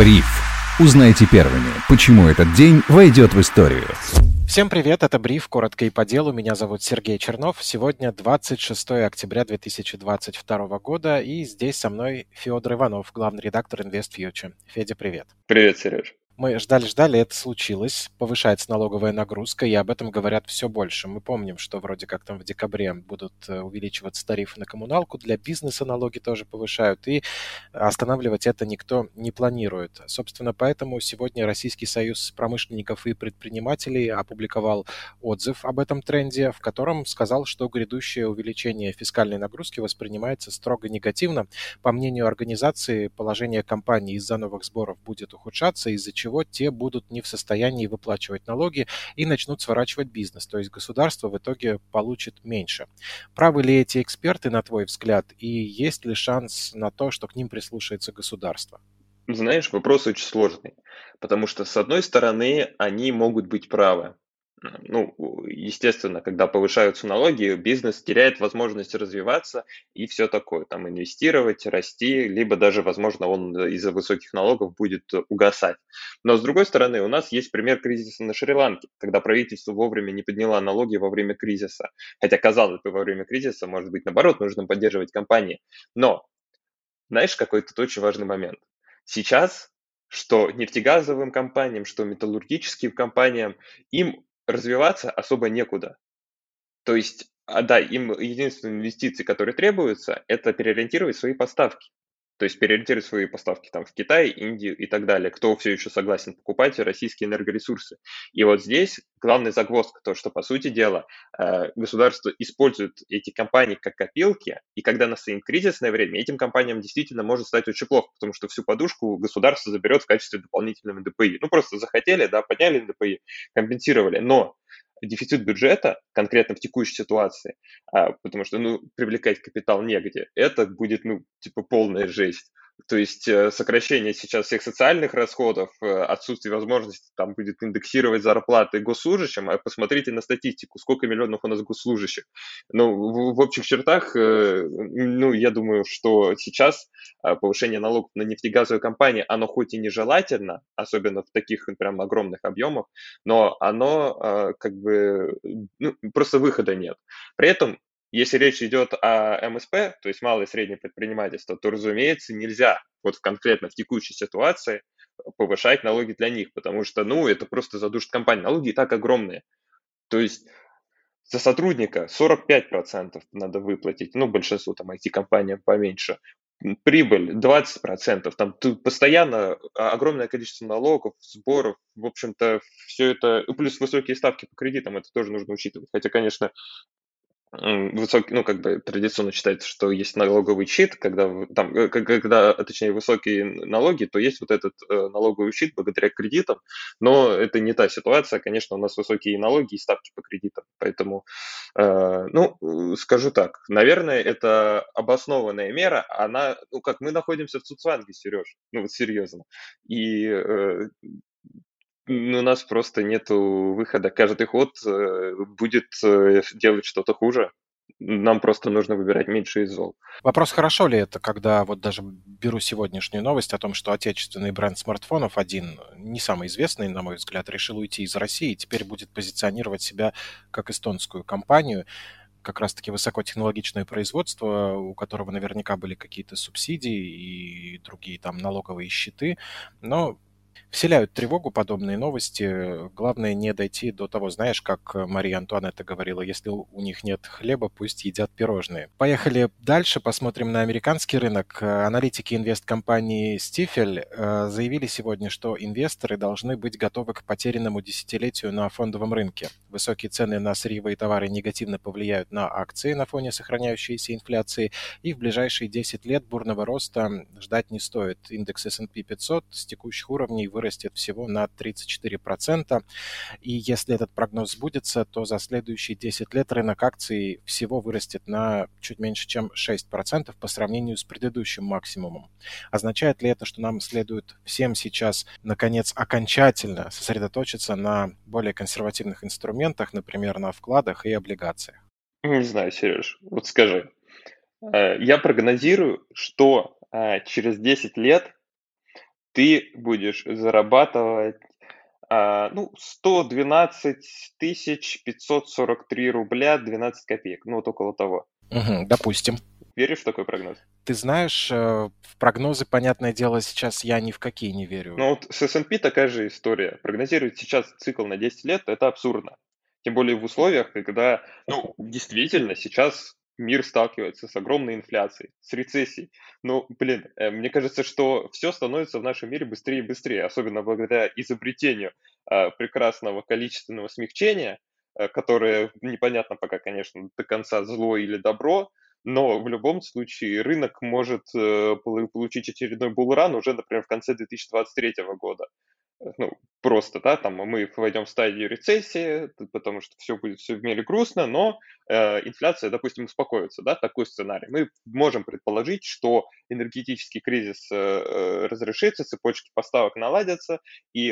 Бриф. Узнайте первыми, почему этот день войдет в историю. Всем привет, это Бриф, коротко и по делу. Меня зовут Сергей Чернов. Сегодня 26 октября 2022 года, и здесь со мной Федор Иванов, главный редактор InvestFuture. Федя, привет. Привет, Сереж. Мы ждали, это случилось. Повышается налоговая нагрузка, и об этом говорят все больше. Мы помним, что вроде как там в декабре будут увеличиваться тарифы на коммуналку, для бизнеса налоги тоже повышают, и останавливать это никто не планирует. Собственно, поэтому сегодня Российский союз промышленников и предпринимателей опубликовал отзыв об этом тренде, в котором сказал, что грядущее увеличение фискальной нагрузки воспринимается строго негативно. По мнению организации, положение компаний из-за новых сборов будет ухудшаться, из-за чего те будут не в состоянии выплачивать налоги и начнут сворачивать бизнес, то есть государство в итоге получит меньше. Правы ли эти эксперты, на твой взгляд, и есть ли шанс на то, что к ним прислушается государство? Знаешь, вопрос очень сложный, потому что, с одной стороны, они могут быть правы. Естественно, когда повышаются налоги, бизнес теряет возможность развиваться и все такое, там, инвестировать, расти, либо даже, возможно, он из-за высоких налогов будет угасать. Но, с другой стороны, у нас есть пример кризиса на Шри-Ланке, когда правительство вовремя не подняло налоги во время кризиса. Хотя, казалось бы, во время кризиса, может быть, наоборот, нужно поддерживать компании. Но, знаешь, какой тут очень важный момент? Сейчас, что нефтегазовым компаниям, что металлургическим компаниям, им развиваться особо некуда. То есть, да, им единственные инвестиции, которые требуются, это переориентировать свои поставки. То есть переориентировать свои поставки там в Китай, Индию и так далее. Кто все еще согласен покупать российские энергоресурсы. И вот здесь главная загвоздка, то, что, по сути дела, государство использует эти компании как копилки, и когда настанет кризисное время, этим компаниям действительно может стать очень плохо, потому что всю подушку государство заберет в качестве дополнительного НДПИ. Просто захотели, да, подняли НДПИ, компенсировали, но дефицит бюджета, конкретно в текущей ситуации, потому что, привлекать капитал негде, это будет, полная жесть. То есть сокращение сейчас всех социальных расходов, отсутствие возможности там будет индексировать зарплаты госслужащим, а посмотрите на статистику, сколько миллионов у нас госслужащих. В общих чертах, я думаю, что сейчас повышение налогов на нефтегазовые компании, оно хоть и нежелательно, особенно в таких прям огромных объемах, но оно просто выхода нет. При этом, если речь идет о МСП, то есть малое и среднее предпринимательство, то, разумеется, нельзя вот конкретно в текущей ситуации повышать налоги для них, потому что, это просто задушит компанию. Налоги и так огромные. То есть за сотрудника 45% надо выплатить, большинству там IT-компаниям поменьше. Прибыль 20%, там тут постоянно огромное количество налогов, сборов, в общем-то, все это, плюс высокие ставки по кредитам, это тоже нужно учитывать. Хотя, конечно, высокий, традиционно считается, что есть налоговый щит, точнее, высокие налоги, то есть вот этот налоговый щит благодаря кредитам, но это не та ситуация, конечно, у нас высокие налоги и ставки по кредитам, поэтому, скажу так, наверное, это обоснованная мера, она, мы находимся в Цуцванге, Сереж, серьезно, и у нас просто нету выхода. Каждый ход будет делать что-то хуже. Нам просто нужно выбирать меньше из зол. Вопрос, хорошо ли это, когда вот даже беру сегодняшнюю новость о том, что отечественный бренд смартфонов, один, не самый известный, на мой взгляд, решил уйти из России и теперь будет позиционировать себя как эстонскую компанию, как раз-таки высокотехнологичное производство, у которого наверняка были какие-то субсидии и другие там налоговые щиты, но вселяют тревогу подобные новости. Главное не дойти до того, знаешь, как Мария Антуанетта говорила, если у них нет хлеба, пусть едят пирожные. Поехали дальше, посмотрим на американский рынок. Аналитики инвесткомпании Stifel заявили сегодня, что инвесторы должны быть готовы к потерянному десятилетию на фондовом рынке. Высокие цены на сырьевые товары негативно повлияют на акции на фоне сохраняющейся инфляции, и в ближайшие 10 лет бурного роста ждать не стоит. Индекс S&P 500 с текущих уровней вырастет всего на 34%. И если этот прогноз сбудется, то за следующие 10 лет рынок акций всего вырастет на чуть меньше, чем 6% по сравнению с предыдущим максимумом. Означает ли это, что нам следует всем сейчас, наконец, окончательно сосредоточиться на более консервативных инструментах, например, на вкладах и облигациях? Не знаю, Сереж, вот скажи. Я прогнозирую, что через 10 лет ты будешь зарабатывать 112 543 рубля 12 копеек, ну вот около того. Мгм, допустим. Веришь в такой прогноз? Ты знаешь, в прогнозы, понятное дело, сейчас я ни в какие не верю. Ну вот с S&P такая же история. Прогнозировать сейчас цикл на 10 лет– это абсурдно. Тем более в условиях, когда, действительно, сейчас мир сталкивается с огромной инфляцией, с рецессией. Мне кажется, что все становится в нашем мире быстрее и быстрее, особенно благодаря изобретению прекрасного количественного смягчения, которое непонятно пока, конечно, до конца зло или добро, но в любом случае рынок может получить очередной булран уже, например, в конце 2023 года. Ну, просто, да, там мы войдем в стадию рецессии, потому что все будет все в мире грустно, но инфляция, допустим, успокоится, да, такой сценарий. Мы можем предположить, что энергетический кризис разрешится, цепочки поставок наладятся, и,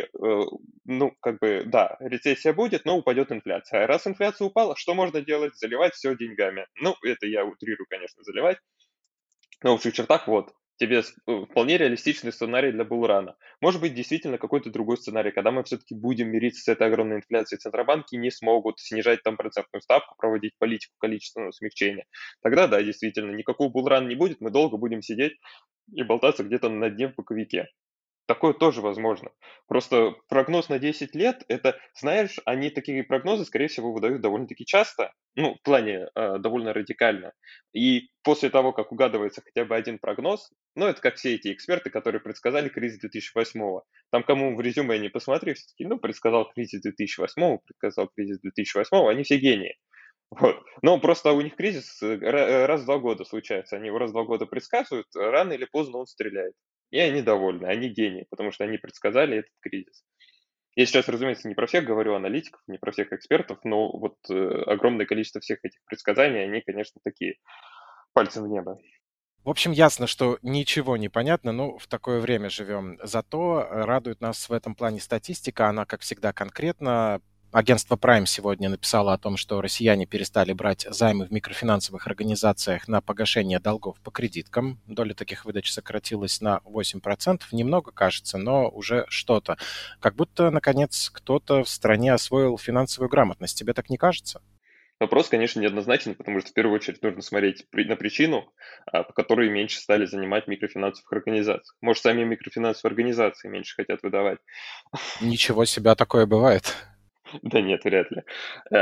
да, рецессия будет, но упадет инфляция. А раз инфляция упала, что можно делать? Заливать все деньгами. Ну, это я утрирую, конечно, заливать, на общих чертах вот тебе вполне реалистичный сценарий для булрана. Может быть, действительно какой-то другой сценарий, когда мы все-таки будем мириться с этой огромной инфляцией, центробанки не смогут снижать там процентную ставку, проводить политику количественного смягчения. Тогда, да, действительно, никакого булрана не будет, мы долго будем сидеть и болтаться где-то на дне в боковике. Такое тоже возможно. Просто прогноз на 10 лет, это, знаешь, они такие прогнозы, скорее всего, выдают довольно-таки часто, ну, в плане довольно радикально. И после того, как угадывается хотя бы один прогноз, ну, это как все эти эксперты, которые предсказали кризис 2008. Там, кому в резюме не посмотри, все таки предсказал кризис 2008, предсказал кризис 2008, они все гении. Вот. Но просто у них кризис раз в 2 года случается. Они его раз в 2 года предсказывают, рано или поздно он стреляет. И они довольны, они гении, потому что они предсказали этот кризис. Я сейчас, разумеется, не про всех говорю аналитиков, не про всех экспертов, но вот огромное количество всех этих предсказаний, они, конечно, такие пальцем в небо. В общем, ясно, что ничего не понятно, но в такое время живем. Зато радует нас в этом плане статистика, она, как всегда, конкретна. Агентство Prime сегодня написало о том, что россияне перестали брать займы в микрофинансовых организациях на погашение долгов по кредиткам. Доля таких выдач сократилась на 8%. Немного, кажется, но уже что-то. Как будто, наконец, кто-то в стране освоил финансовую грамотность. Тебе так не кажется? Вопрос, конечно, неоднозначен, потому что в первую очередь нужно смотреть на причину, по которой меньше стали занимать микрофинансовых организаций. Может, сами микрофинансовые организации меньше хотят выдавать. Ничего себе, такое бывает. Да нет, вряд ли.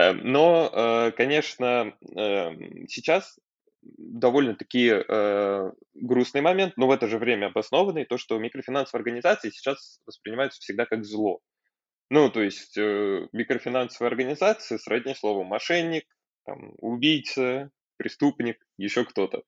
Конечно, сейчас довольно-таки грустный момент, но в это же время обоснованный, то, что микрофинансовые организации сейчас воспринимаются всегда как зло. Ну, то есть микрофинансовые организации сродни слову мошенник, там, убийца, преступник, еще кто-то.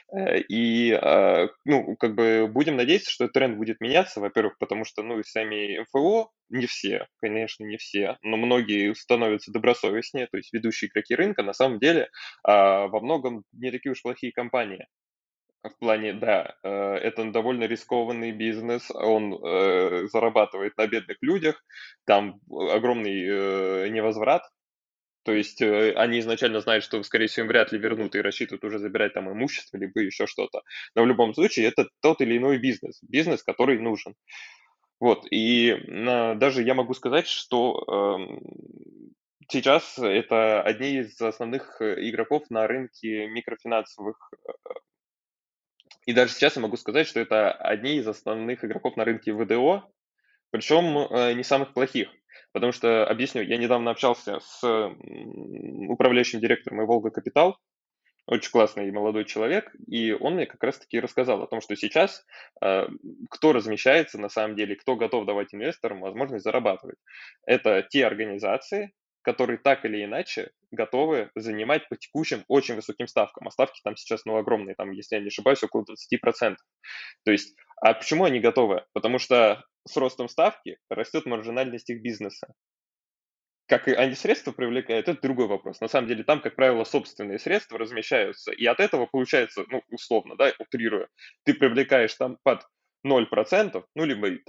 Как бы будем надеяться, что этот тренд будет меняться, во-первых, потому что, и сами МФО, не все, конечно, не все, но многие становятся добросовестнее, то есть ведущие игроки рынка, на самом деле, во многом не такие уж плохие компании. В плане, да, это довольно рискованный бизнес, он зарабатывает на бедных людях, там огромный невозврат, то есть они изначально знают, что, скорее всего, им вряд ли вернут и рассчитывают уже забирать там имущество, либо еще что-то. Но в любом случае это тот или иной бизнес, который нужен. Вот, и даже я могу сказать, что сейчас это одни из основных игроков на рынке микрофинансовых, и даже сейчас я могу сказать, что это одни из основных игроков на рынке ВДО, причем не самых плохих. Потому что, объясню, я недавно общался с управляющим директором Волга Капитал, очень классный и молодой человек, и он мне как раз-таки рассказал о том, что сейчас кто размещается на самом деле, кто готов давать инвесторам возможность зарабатывать. Это те организации, которые так или иначе готовы занимать по текущим очень высоким ставкам. А ставки там сейчас, огромные, там, если я не ошибаюсь, около 20%. То есть, а почему они готовы? Потому что с ростом ставки растет маржинальность их бизнеса. Как и они средства привлекают, это другой вопрос. На самом деле там, как правило, собственные средства размещаются, и от этого получается, условно, да, утрируя, ты привлекаешь там под 0%, либо там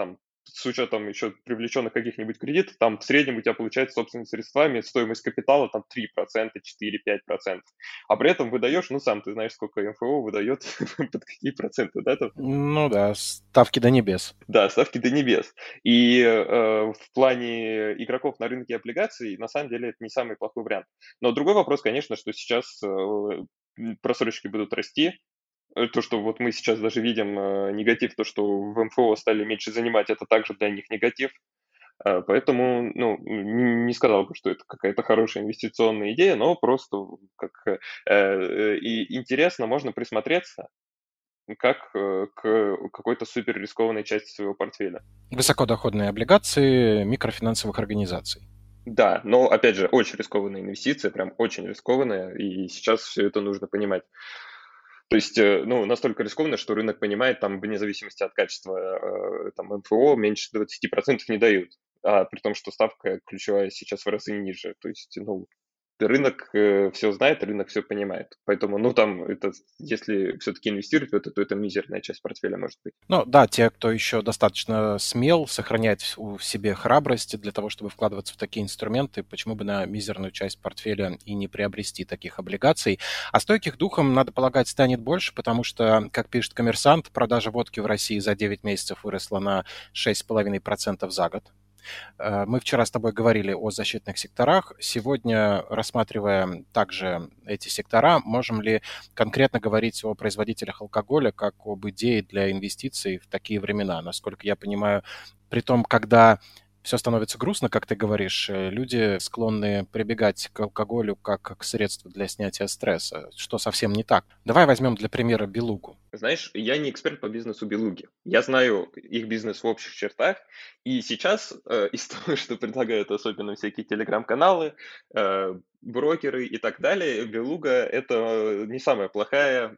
с учетом еще привлеченных каких-нибудь кредитов, там в среднем у тебя получается собственными средствами стоимость капитала там 3%, 4-5%. А при этом выдаешь, ну сам ты знаешь, сколько МФО выдает, под какие проценты, да, там? Ну да, ставки до небес. Да, ставки до небес. И в плане игроков на рынке облигаций, на самом деле, это не самый плохой вариант. Но другой вопрос, конечно, что сейчас просрочки будут расти. То, что вот мы сейчас даже видим негатив, то, что в МФО стали меньше занимать, это также для них негатив. Поэтому, ну, не сказал бы, что это какая-то хорошая инвестиционная идея, но просто как и интересно, можно присмотреться, как к какой-то супер рискованной части своего портфеля. Высокодоходные облигации микрофинансовых организаций. Да, но опять же, очень рискованная инвестиция, прям очень рискованная, и сейчас все это нужно понимать. То есть, ну, настолько рискованно, что рынок понимает, там, вне зависимости от качества там, МФО, меньше 20% не дают. А при том, что ставка ключевая сейчас в разы ниже. То есть, ну, рынок все знает, рынок все понимает. Поэтому, ну, там, это, если все-таки инвестировать в это, то это мизерная часть портфеля может быть. Ну да, те, кто еще достаточно смел, сохраняет в себе храбрость для того, чтобы вкладываться в такие инструменты, почему бы на мизерную часть портфеля и не приобрести таких облигаций. А стойких духом, надо полагать, станет больше, потому что, как пишет «Коммерсант», продажа водки в России за 9 месяцев выросла на 6,5% за год. Мы вчера с тобой говорили о защитных секторах. Сегодня, рассматривая также эти сектора, можем ли конкретно говорить о производителях алкоголя как об идее для инвестиций в такие времена? Насколько я понимаю, при том, когда все становится грустно, как ты говоришь, люди склонны прибегать к алкоголю как к средству для снятия стресса, что совсем не так. Давай возьмем для примера Белугу. Знаешь, я не эксперт по бизнесу Белуги. Я знаю их бизнес в общих чертах. И сейчас из того, что предлагают особенно всякие телеграм-каналы, брокеры и так далее, Белуга – это не самая плохая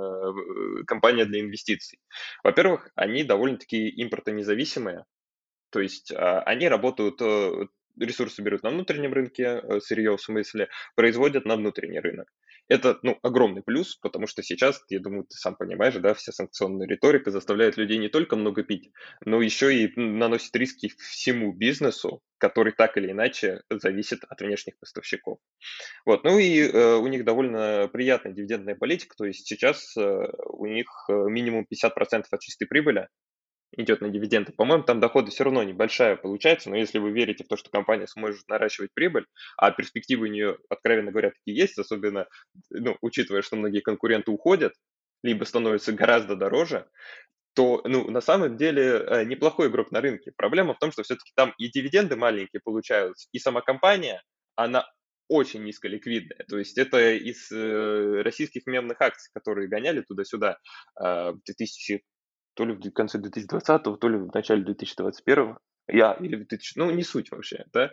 компания для инвестиций. Во-первых, они довольно-таки импортонезависимые. То есть они работают, ресурсы берут на внутреннем рынке, сырье в смысле, производят на внутренний рынок. Это, ну, огромный плюс, потому что сейчас, я думаю, ты сам понимаешь, да, вся санкционная риторика заставляет людей не только много пить, но еще и наносит риски всему бизнесу, который так или иначе зависит от внешних поставщиков. Вот, ну и у них довольно приятная дивидендная политика, то есть сейчас у них минимум 50% от чистой прибыли идет на дивиденды. По-моему, там доходы все равно небольшая получается, но если вы верите в то, что компания сможет наращивать прибыль, а перспективы у нее, откровенно говоря, такие есть, особенно, ну, учитывая, что многие конкуренты уходят, либо становятся гораздо дороже, то, ну, на самом деле неплохой игрок на рынке. Проблема в том, что все-таки там и дивиденды маленькие получаются, и сама компания, она очень низколиквидная. То есть это из российских мемных акций, которые гоняли туда-сюда в 2000 то ли в конце 2020, то ли в начале 2021. Или в 2000, ну, не суть вообще, да.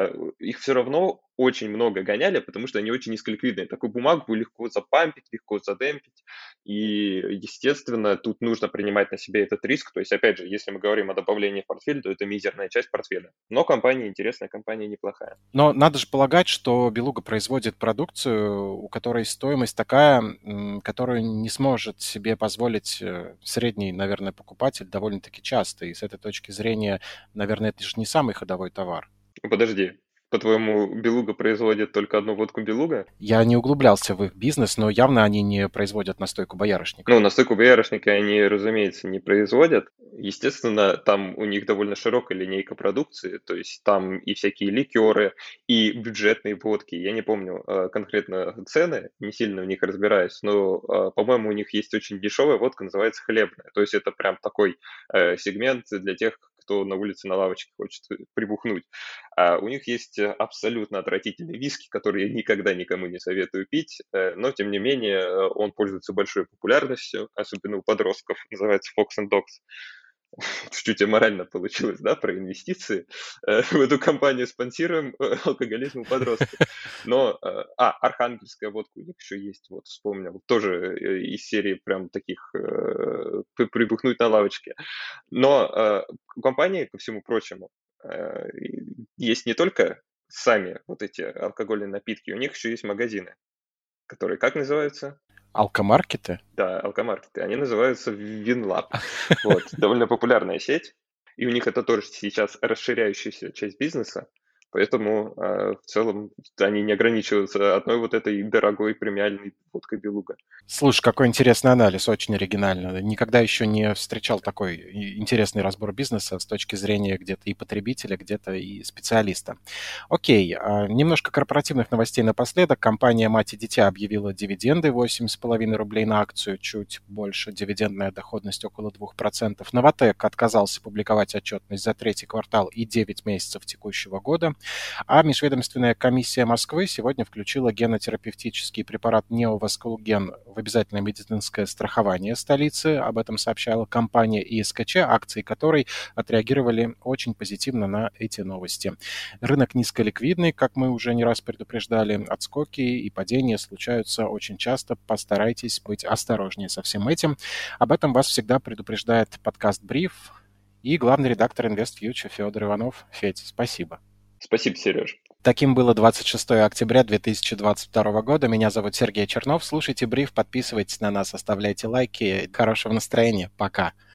Их все равно очень много гоняли, потому что они очень низколиквидные. Такую бумагу легко запампить, легко задемпить. И, естественно, тут нужно принимать на себя этот риск. То есть, опять же, если мы говорим о добавлении в портфель, то это мизерная часть портфеля. Но компания интересная, компания неплохая. Но надо же полагать, что Белуга производит продукцию, у которой стоимость такая, которую не сможет себе позволить средний, наверное, покупатель довольно-таки часто. И с этой точки зрения, наверное, это же не самый ходовой товар. Подожди, по-твоему, Белуга производит только одну водку Белуга? Я не углублялся в их бизнес, но явно они не производят настойку боярышника. Ну, настойку боярышника они, разумеется, не производят. Естественно, там у них довольно широкая линейка продукции, то есть там и всякие ликеры, и бюджетные водки. Я не помню конкретно цены, не сильно в них разбираюсь, но, по-моему, у них есть очень дешевая водка, называется хлебная. То есть это прям такой сегмент для тех, кто на улице на лавочке хочет прибухнуть. А у них есть абсолютно отвратительный виски, который я никогда никому не советую пить, но, тем не менее, он пользуется большой популярностью, особенно у подростков, называется Fox and Dogs. Чуть-чуть аморально получилось, да, про инвестиции. В эту компанию спонсируем алкоголизм у подростков. Но, архангельская водка у них еще есть, вот вспомнил, тоже из серии прям таких прибухнуть на лавочке. Но у компании, ко всему прочему, есть не только сами вот эти алкогольные напитки, у них еще есть магазины, которые как называются? Алкомаркеты? Да, алкомаркеты. Они называются Винлаб. Вот, довольно популярная сеть. И у них это тоже сейчас расширяющаяся часть бизнеса, поэтому в целом они не ограничиваются одной вот этой дорогой премиальной водкой «Белуга». Слушай, какой интересный анализ, очень оригинально. Никогда еще не встречал такой интересный разбор бизнеса с точки зрения где-то и потребителя, где-то и специалиста. Окей, немножко корпоративных новостей напоследок. Компания «Мать и дитя» объявила дивиденды 8,5 рублей на акцию, чуть больше, дивидендная доходность около 2%. Новатэк отказался публиковать отчетность за третий квартал и 9 месяцев текущего года. А Межведомственная комиссия Москвы сегодня включила генотерапевтический препарат Неоваскулген в обязательное медицинское страхование столицы. Об этом сообщала компания ИСКЧ, акции которой отреагировали очень позитивно на эти новости. Рынок низколиквидный, как мы уже не раз предупреждали, отскоки и падения случаются очень часто. Постарайтесь быть осторожнее со всем этим. Об этом вас всегда предупреждает подкаст «Бриф» и главный редактор InvestFuture Федор Иванов. Федь, спасибо. Спасибо, Сереж. Таким было 26 октября 2022 года. Меня зовут Сергей Чернов. Слушайте «Бриф», подписывайтесь на нас, оставляйте лайки. Хорошего настроения. Пока.